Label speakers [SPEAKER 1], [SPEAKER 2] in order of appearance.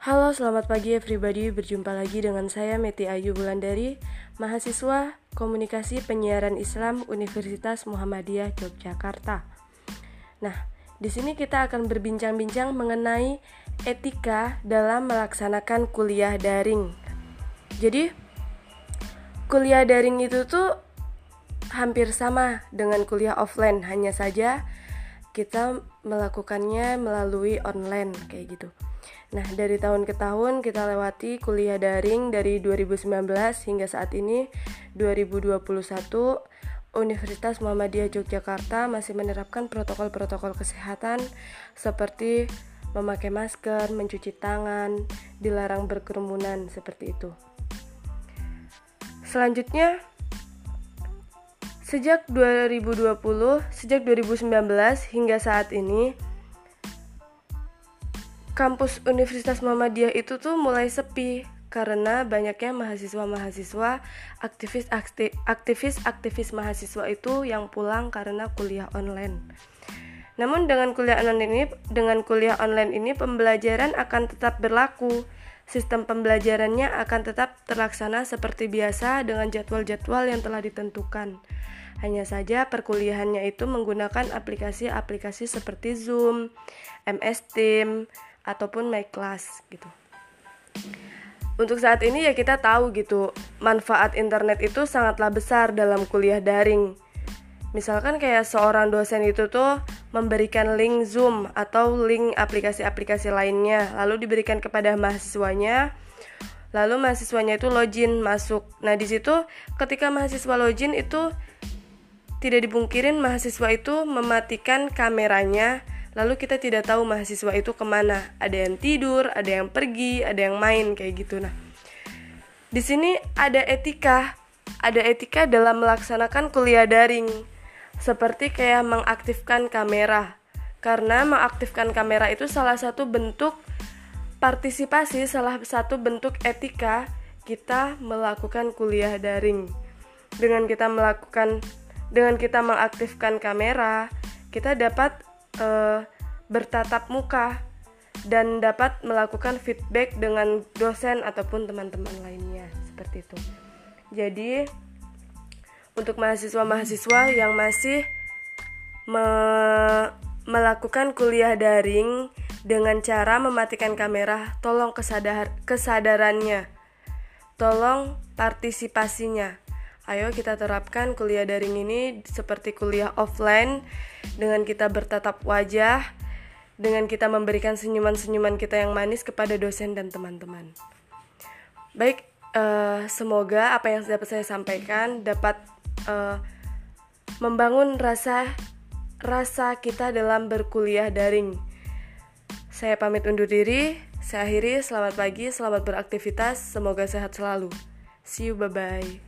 [SPEAKER 1] Halo, selamat pagi everybody. Berjumpa lagi dengan saya Meti Ayu Wulandari, mahasiswa Komunikasi Penyiaran Islam Universitas Muhammadiyah Yogyakarta. Nah, di sini kita akan berbincang-bincang mengenai etika dalam melaksanakan kuliah daring. Jadi, kuliah daring itu tuh hampir sama dengan kuliah offline, hanya saja kita melakukannya melalui online kayak gitu. Nah, dari tahun ke tahun kita lewati kuliah daring dari 2019 hingga saat ini 2021. Universitas Muhammadiyah Yogyakarta masih menerapkan protokol-protokol kesehatan seperti memakai masker, mencuci tangan, dilarang berkerumunan seperti itu. Selanjutnya, sejak 2019 hingga saat ini kampus Universitas Muhammadiyah itu tuh mulai sepi karena banyaknya mahasiswa-mahasiswa, aktivis mahasiswa itu yang pulang karena kuliah online. Namun dengan kuliah online ini pembelajaran akan tetap berlaku. Sistem pembelajarannya akan tetap terlaksana seperti biasa dengan jadwal-jadwal yang telah ditentukan. Hanya saja perkuliahannya itu menggunakan aplikasi-aplikasi seperti Zoom, MS Teams, ataupun My Class gitu. Untuk saat ini ya kita tahu gitu, manfaat internet itu sangatlah besar dalam kuliah daring. Misalkan kayak seorang dosen itu tuh memberikan link Zoom atau link aplikasi-aplikasi lainnya, lalu diberikan kepada mahasiswanya. Lalu mahasiswanya itu login masuk. Nah, di situ ketika mahasiswa login itu tidak dipungkirin mahasiswa itu mematikan kameranya. Lalu kita tidak tahu mahasiswa itu kemana. Ada yang tidur, ada yang pergi, ada yang main kayak gitu. Nah, di sini ada etika dalam melaksanakan kuliah daring. Seperti kayak mengaktifkan kamera. Karena mengaktifkan kamera itu salah satu bentuk partisipasi, salah satu bentuk etika kita melakukan kuliah daring. Dengan kita mengaktifkan kamera, kita dapat bertatap muka dan dapat melakukan feedback dengan dosen ataupun teman-teman lainnya seperti itu. Jadi untuk mahasiswa-mahasiswa yang masih melakukan kuliah daring dengan cara mematikan kamera, tolong kesadarannya, tolong partisipasinya. Ayo kita terapkan kuliah daring ini seperti kuliah offline dengan kita bertatap wajah, dengan kita memberikan senyuman-senyuman kita yang manis kepada dosen dan teman-teman. Baik, semoga apa yang dapat saya sampaikan dapat membangun rasa kita dalam berkuliah daring. Saya pamit undur diri, saya akhiri, selamat pagi, selamat beraktivitas, semoga sehat selalu. See you, bye-bye.